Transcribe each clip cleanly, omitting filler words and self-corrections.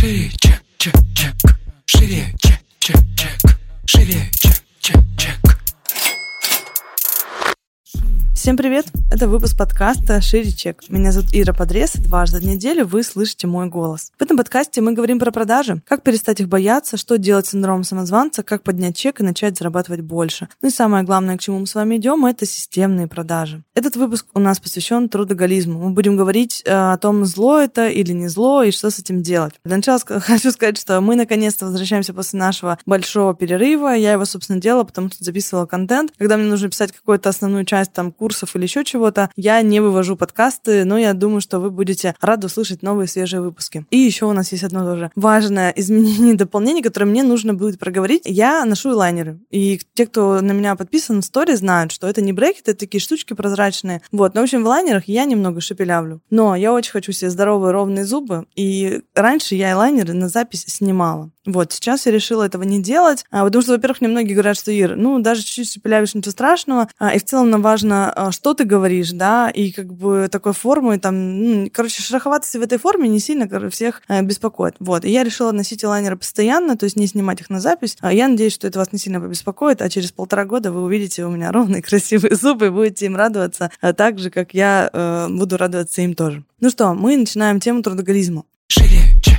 Шире, чек, чек, чек. Шире, чек, чек, чек. Шире, чек, чек, чек. Всем привет! Это выпуск подкаста «Шире чек». Меня зовут Ира Подрез, и дважды в неделю вы слышите мой голос. В этом подкасте мы говорим про продажи, как перестать их бояться, что делать с синдромом самозванца, как поднять чек и начать зарабатывать больше. Ну и самое главное, к чему мы с вами идем, это системные продажи. Этот выпуск у нас посвящен трудоголизму. Мы будем говорить о том, зло это или не зло, и что с этим делать. Для начала хочу сказать, что мы наконец-то возвращаемся после нашего большого перерыва. Я его, собственно, делала, потому что записывала контент. Когда мне нужно писать какую-то основную часть там курсов или еще чего-то, я не вывожу подкасты, но я думаю, что вы будете рады услышать новые свежие выпуски. И еще у нас есть одно тоже важное изменение и дополнение, которое мне нужно будет проговорить. Я ношу элайнеры. И те, кто на меня подписан в сторе, знают, что это не брекеты, это такие штучки прозрачные. Вот. Но, в общем, в элайнерах я немного шепелявлю. Но я очень хочу себе здоровые ровные зубы. И раньше я элайнеры на запись снимала. Вот, сейчас я решила этого не делать, потому что, во-первых, мне многие говорят, что, Ир, даже чуть-чуть шепелявишь, ничего страшного, и в целом нам важно, что ты говоришь, да, и как бы такой формы, там, шероховатости в этой форме не сильно, всех беспокоит. Вот, и я решила носить элайнеры постоянно, то есть не снимать их на запись. Я надеюсь, что это вас не сильно побеспокоит, а через 1,5 года вы увидите у меня ровные, красивые зубы и будете им радоваться так же, как я буду радоваться им тоже. Ну что, мы начинаем тему трудоголизма. Шире, чек.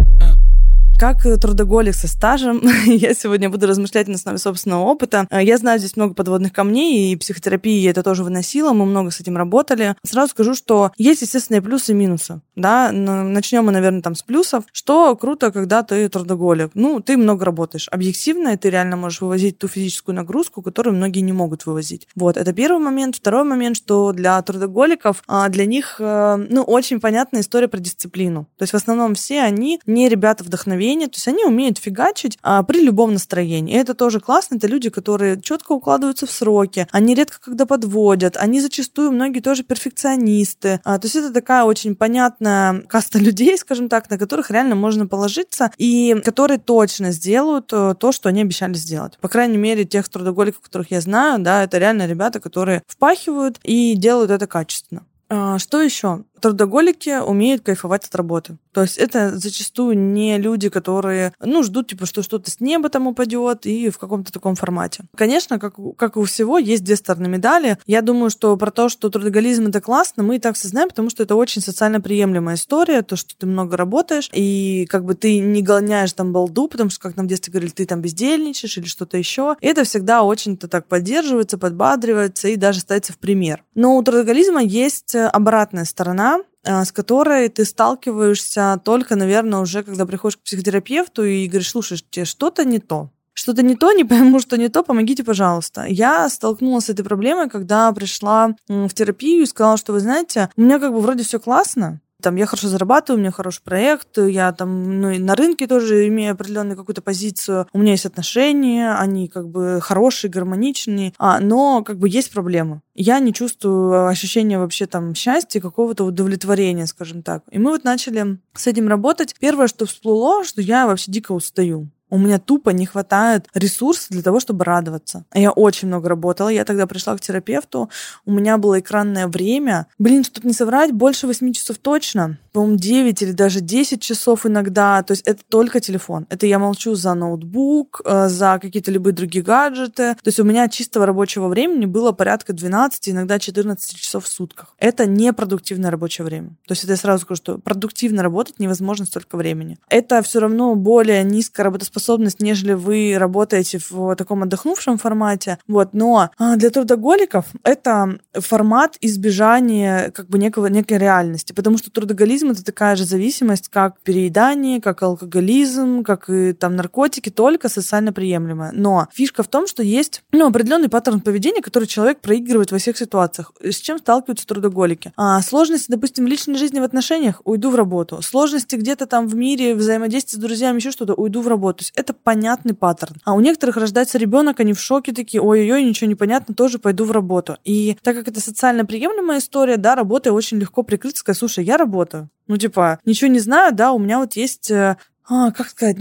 Как трудоголик со стажем, я сегодня буду размышлять на основе собственного опыта. Я знаю здесь много подводных камней, и психотерапии я это тоже выносила, мы много с этим работали. Сразу скажу, что есть, естественно, и плюсы, и минусы. Да? Начнем мы, наверное, с плюсов. Что круто, когда ты трудоголик? ты много работаешь. Объективно, и ты реально можешь вывозить ту физическую нагрузку, которую многие не могут вывозить. Вот, это первый момент. Второй момент, что для трудоголиков, для них, очень понятная история про дисциплину. То есть в основном все они не ребята вдохновения, то есть они умеют фигачить при любом настроении. И это тоже классно. Это люди, которые четко укладываются в сроки. Они редко когда подводят. Они зачастую, многие тоже перфекционисты. То есть это такая очень понятная каста людей, скажем так, на которых реально можно положиться и которые точно сделают то, что они обещали сделать. По крайней мере, тех трудоголиков, которых я знаю, да, это реально ребята, которые впахивают и делают это качественно. Что еще? Трудоголики умеют кайфовать от работы. То есть это зачастую не люди, которые, ждут, что что-то с неба там упадет и в каком-то таком формате. Конечно, как и у всего, есть две стороны медали. Я думаю, что про то, что трудоголизм — это классно, мы и так все знаем, потому что это очень социально приемлемая история, то, что ты много работаешь, и как бы ты не гоняешь там балду, потому что, как нам в детстве говорили, ты там бездельничаешь или что-то еще. И это всегда очень-то так поддерживается, подбадривается и даже ставится в пример. Но у трудоголизма есть обратная сторона, с которой ты сталкиваешься только, наверное, уже когда приходишь к психотерапевту и говоришь: слушай, тебе что-то не то. Что-то не то, не пойму, что не то, помогите, пожалуйста. Я столкнулась с этой проблемой, когда пришла в терапию и сказала, что, вы знаете, у меня как бы вроде все классно, там, я хорошо зарабатываю, у меня хороший проект, я там, и на рынке тоже имею определенную какую-то позицию, у меня есть отношения, они как бы хорошие, гармоничные, но как бы есть проблемы. Я не чувствую ощущения вообще там счастья, какого-то удовлетворения, скажем так. И мы начали с этим работать. Первое, что всплыло, что я вообще дико устаю. У меня тупо не хватает ресурсов для того, чтобы радоваться. Я очень много работала. Я тогда пришла к терапевту. У меня было экранное время. Чтобы не соврать, больше 8 часов точно. По-моему, 9 или даже 10 часов иногда. То есть это только телефон. Это я молчу за ноутбук, за какие-то любые другие гаджеты. То есть у меня чистого рабочего времени было порядка 12, иногда 14 часов в сутках. Это не продуктивное рабочее время. То есть это я сразу скажу, что продуктивно работать невозможно столько времени. Это все равно более низкая работоспособность, нежели вы работаете в таком отдохнувшем формате. Вот. Но для трудоголиков это формат избежания как бы некой реальности, потому что трудоголизм — это такая же зависимость, как переедание, как алкоголизм, как и там наркотики, только социально приемлемая. Но фишка в том, что есть определенный паттерн поведения, который человек проигрывает во всех ситуациях. С чем сталкиваются трудоголики? Сложности, допустим, в личной жизни, в отношениях — уйду в работу. Сложности где-то там в мире, взаимодействие с друзьями, еще что-то — уйду в работу. То есть это понятный паттерн. А у некоторых рождается ребенок, они в шоке такие: ой-ой-ой, ничего не понятно, тоже пойду в работу. И так как это социально приемлемая история, да, работая очень легко прикрыться, сказать: слушай, я работаю. Ничего не знаю, да, у меня вот есть, как сказать,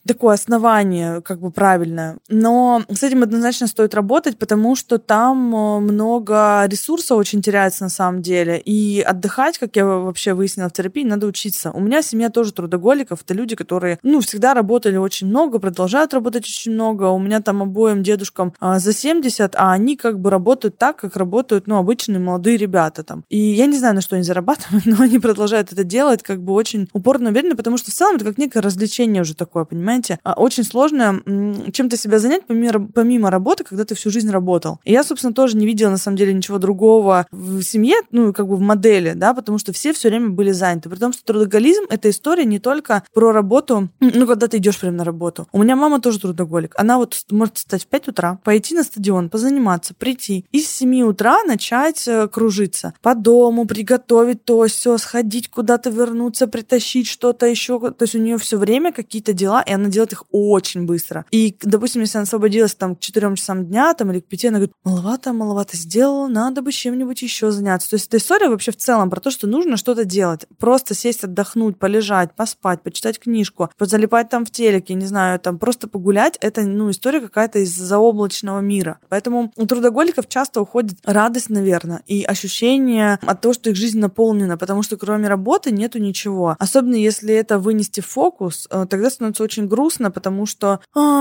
такое основание как бы правильное. Но с этим однозначно стоит работать, потому что там много ресурса очень теряется на самом деле. И отдыхать, как я вообще выяснила в терапии, надо учиться. У меня семья тоже трудоголиков. Это люди, которые, всегда работали очень много, продолжают работать очень много. У меня там обоим дедушкам за 70, а они как бы работают так, как работают, обычные молодые ребята там. И я не знаю, на что они зарабатывают, но они продолжают это делать как бы очень упорно, уверенно, потому что в целом это как некое развлечение уже такое, понимаете? Очень сложно чем-то себя занять помимо работы, когда ты всю жизнь работал. И я, собственно, тоже не видела, на самом деле, ничего другого в семье, как бы в модели, да, потому что все время были заняты. При том, что трудоголизм — это история не только про работу, когда ты идешь прямо на работу. У меня мама тоже трудоголик. Она вот может встать в 5 утра, пойти на стадион, позаниматься, прийти, и с 7 утра начать кружиться по дому, приготовить то, все, сходить куда-то, вернуться, притащить что-то еще. То есть у нее все время какие-то дела, и она делает их очень быстро. И, допустим, если она освободилась там к 4 часам дня или к 5, она говорит: маловато сделала, надо бы чем-нибудь еще заняться. То есть эта история вообще в целом про то, что нужно что-то делать. Просто сесть, отдохнуть, полежать, поспать, почитать книжку, позалипать там в телеке, не знаю, там просто погулять. Это, история какая-то из заоблачного мира. Поэтому у трудоголиков часто уходит радость, наверное, и ощущение от того, что их жизнь наполнена, потому что кроме работы нету ничего. Особенно если это вынести в фокус, тогда становится очень грустно, потому что,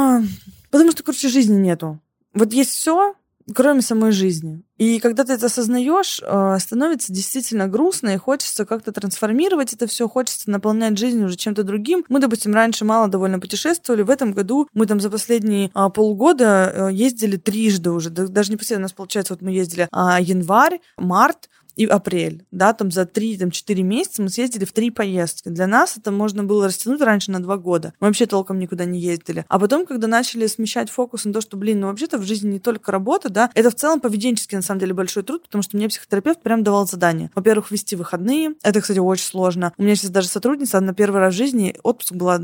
короче, жизни нету. Вот есть все, кроме самой жизни. И когда ты это осознаешь, становится действительно грустно, и хочется как-то трансформировать это все, хочется наполнять жизнь уже чем-то другим. Мы, допустим, раньше мало довольно путешествовали. В этом году мы там за последние полгода ездили 3 уже. Даже не последний, у нас, получается, вот мы ездили январь, март и апрель, да, там за 3-4 месяца мы съездили в 3 поездки. Для нас это можно было растянуть раньше на 2 года. Мы вообще толком никуда не ездили. А потом, когда начали смещать фокус на то, что, вообще-то в жизни не только работа, да, это в целом поведенческий, на самом деле, большой труд, потому что мне психотерапевт прям давал задание. Во-первых, вести выходные. Это, кстати, очень сложно. У меня сейчас даже сотрудница, она первый раз в жизни в отпуске была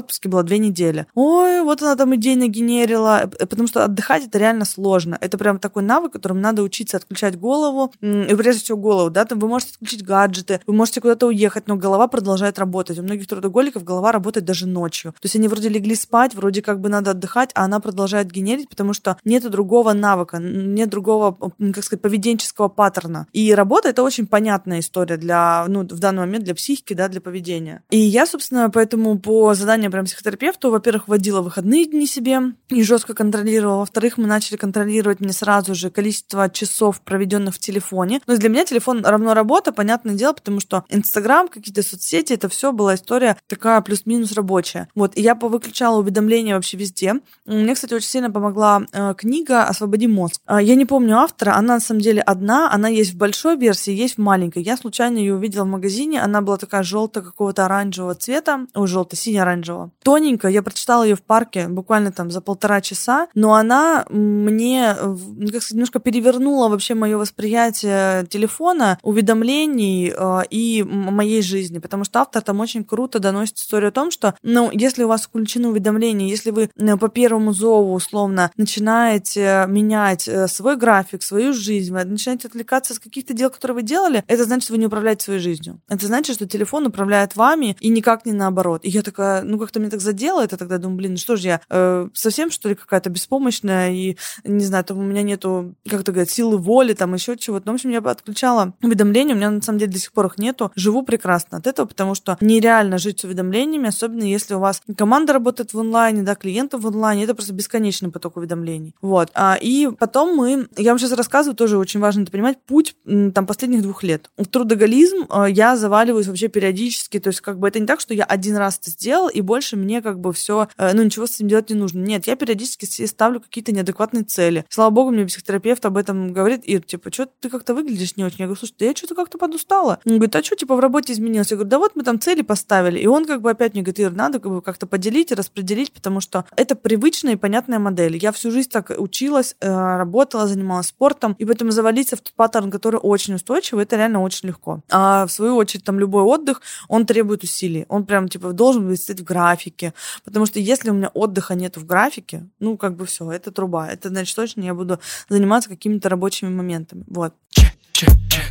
2 недели. Ой, вот она там идей нагенерила, потому что отдыхать это реально сложно. Это прям такой навык, которым надо учиться отключать голову, и прежде всего голову, да, там вы можете отключить гаджеты, вы можете куда-то уехать, но голова продолжает работать. У многих трудоголиков голова работает даже ночью. То есть они вроде легли спать, вроде как бы надо отдыхать, а она продолжает генерить, потому что нет другого навыка, нет другого, поведенческого паттерна. И работа — это очень понятная история для, в данный момент для психики, да, для поведения. И я, собственно, поэтому по заданию прям психотерапевту, во-первых, вводила выходные дни себе и жестко контролировала. Во-вторых, мы начали контролировать мне сразу же количество часов, проведенных в телефоне. Но для меня телефон равно работа, понятное дело, потому что Инстаграм, какие-то соцсети, это все была история такая плюс-минус рабочая. Вот, и я повыключала уведомления вообще везде. Мне, кстати, очень сильно помогла книга «Освободи мозг». Я не помню автора, она на самом деле одна, она есть в большой версии, есть в маленькой. Я случайно ее увидела в магазине, она была такая желтая, какого-то оранжевого цвета, сине-оранжевого. Тоненькая, я прочитала ее в парке буквально там за 1,5 часа, но она мне, немножко перевернула вообще мое восприятие телефона, уведомлений и моей жизни, потому что автор там очень круто доносит историю о том, что, если у вас включены уведомления, если вы по первому зову, условно, начинаете менять свой график, свою жизнь, вы начинаете отвлекаться с каких-то дел, которые вы делали, это значит, что вы не управляете своей жизнью. Это значит, что телефон управляет вами и никак не наоборот. И я такая, как-то мне так задело это, тогда думаю, что же я совсем, что ли, какая-то беспомощная, и, не знаю, там у меня нету, силы воли, там еще чего-то. В общем, я бы отключала уведомления, у меня на самом деле до сих пор их нету. Живу прекрасно от этого, потому что нереально жить с уведомлениями, особенно если у вас команда работает в онлайне, да, клиентов в онлайне, это просто бесконечный поток уведомлений. Вот. И потом я вам сейчас рассказываю, тоже очень важно это понимать, путь там последних 2 лет. В трудоголизм я заваливаюсь вообще периодически, то есть это не так, что я один раз это сделал, и больше мне все, ничего с этим делать не нужно. Нет, я периодически себе ставлю какие-то неадекватные цели. Слава богу, мне психотерапевт об этом говорит, Ир, что ты как-то выглядишь не очень. Я говорю, слушай, да я что-то как-то подустала. Он говорит, а что, в работе изменилось? Я говорю, да вот мы там цели поставили. И он опять мне говорит, Ир, надо как-то поделить и распределить, потому что это привычная и понятная модель. Я всю жизнь так училась, работала, занималась спортом, и поэтому завалиться в тот паттерн, который очень устойчивый, это реально очень легко. А в свою очередь, там любой отдых, он требует усилий. Он прям, должен быть в графике. Потому что если у меня отдыха нет в графике, все, это труба. Это значит, точно я буду заниматься какими-то рабочими моментами. Вот. Чек,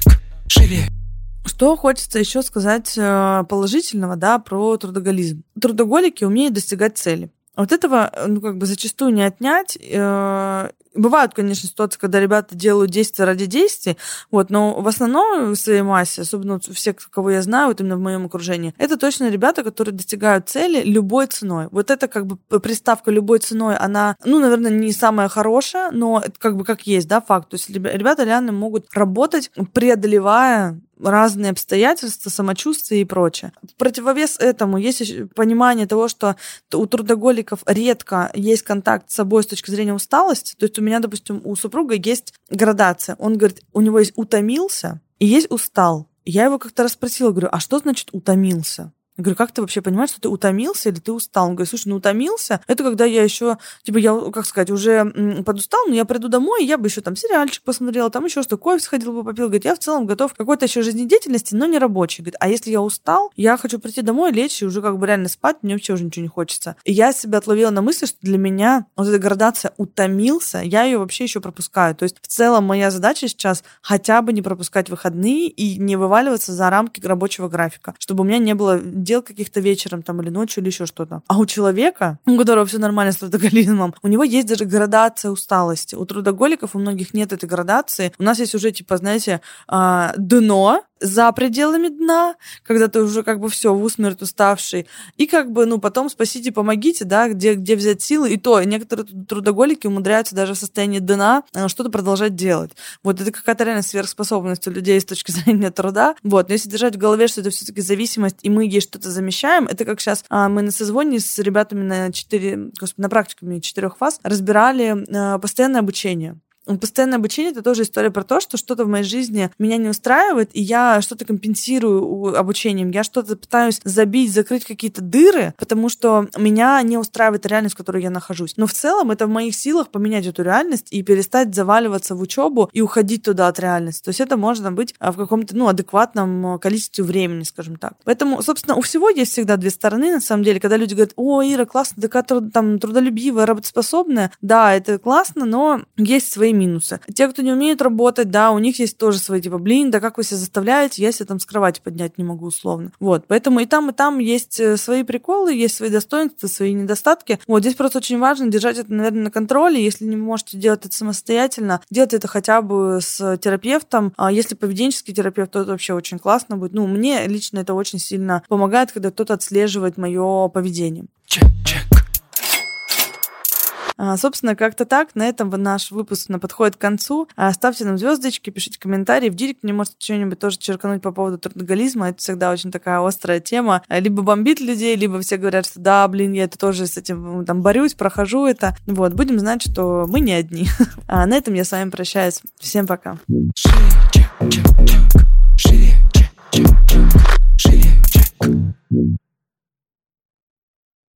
живее. Что хочется еще сказать положительного, да, про трудоголизм. Трудоголики умеют достигать цели. Вот этого, зачастую не отнять. Бывают, конечно, ситуации, когда ребята делают действия ради действий, но в основном в своей массе, особенно у всех, кого я знаю, вот именно в моем окружении, это точно ребята, которые достигают цели любой ценой. Вот это приставка любой ценой, она, наверное, не самая хорошая, но это как есть, да, факт. То есть ребята реально могут работать, преодолевая разные обстоятельства, самочувствие и прочее. В противовес этому есть понимание того, что у трудоголиков редко есть контакт с собой с точки зрения усталости. То есть у меня, допустим, у супруга есть градация. Он говорит, у него есть утомился и есть устал. Я его как-то расспросила, говорю, а что значит утомился? Я говорю, как ты вообще понимаешь, что ты утомился или ты устал? Он говорит, слушай, утомился, это когда я еще, уже подустал, но я приду домой, и я бы еще там сериальчик посмотрела, там еще что, кофе сходил бы попил. Говорит, я в целом готов к какой-то еще жизнедеятельности, но не рабочей. Говорит, а если я устал, я хочу прийти домой, лечь и уже реально спать, мне вообще уже ничего не хочется. И я себя отловила на мысли, что для меня вот эта градация утомился, я ее вообще еще пропускаю. То есть в целом моя задача сейчас хотя бы не пропускать выходные и не вываливаться за рамки рабочего графика, чтобы у меня не было дел каких-то вечером там или ночью или еще что-то. А у человека, у которого все нормально с трудоголизмом, у него есть даже градация усталости. У трудоголиков у многих нет этой градации. У нас есть уже, дно, за пределами дна, когда ты уже все в усмерть уставший, и потом спасите, помогите, да, где взять силы, и то некоторые трудоголики умудряются даже в состоянии дна что-то продолжать делать. Вот это какая-то реально сверхспособность у людей с точки зрения труда. Но если держать в голове, что это все-таки зависимость, и мы ей что-то замещаем, это как сейчас мы на созвоне с ребятами на практикуме 4 фаз разбирали постоянное обучение. Постоянное обучение — это тоже история про то, что что-то в моей жизни меня не устраивает, и я что-то компенсирую обучением, я что-то пытаюсь забить, закрыть какие-то дыры, потому что меня не устраивает реальность, в которой я нахожусь. Но в целом это в моих силах поменять эту реальность и перестать заваливаться в учебу и уходить туда от реальности. То есть это можно быть в каком-то адекватном количестве времени, скажем так. Поэтому, собственно, у всего есть всегда две стороны, на самом деле. Когда люди говорят, о, Ира, классно, такая трудолюбивая, работоспособная, да, это классно, но есть свои минусы. Те, кто не умеет работать, да, у них есть тоже свои, как вы себя заставляете, я себя там с кровати поднять не могу, условно. Поэтому и там есть свои приколы, есть свои достоинства, свои недостатки. Здесь просто очень важно держать это, наверное, на контроле. Если не можете делать это самостоятельно, делать это хотя бы с терапевтом. А если поведенческий терапевт, то это вообще очень классно будет. Мне лично это очень сильно помогает, когда кто-то отслеживает мое поведение. Чек. Собственно, как-то так. На этом наш выпуск подходит к концу. Ставьте нам звездочки, пишите комментарии. В директ мне можете что-нибудь тоже черкануть по поводу трудоголизма. Это всегда очень такая острая тема. Либо бомбит людей, либо все говорят, что да, я это тоже с этим борюсь, прохожу это. Будем знать, что мы не одни. На этом я с вами прощаюсь. Всем пока. Шире, чек.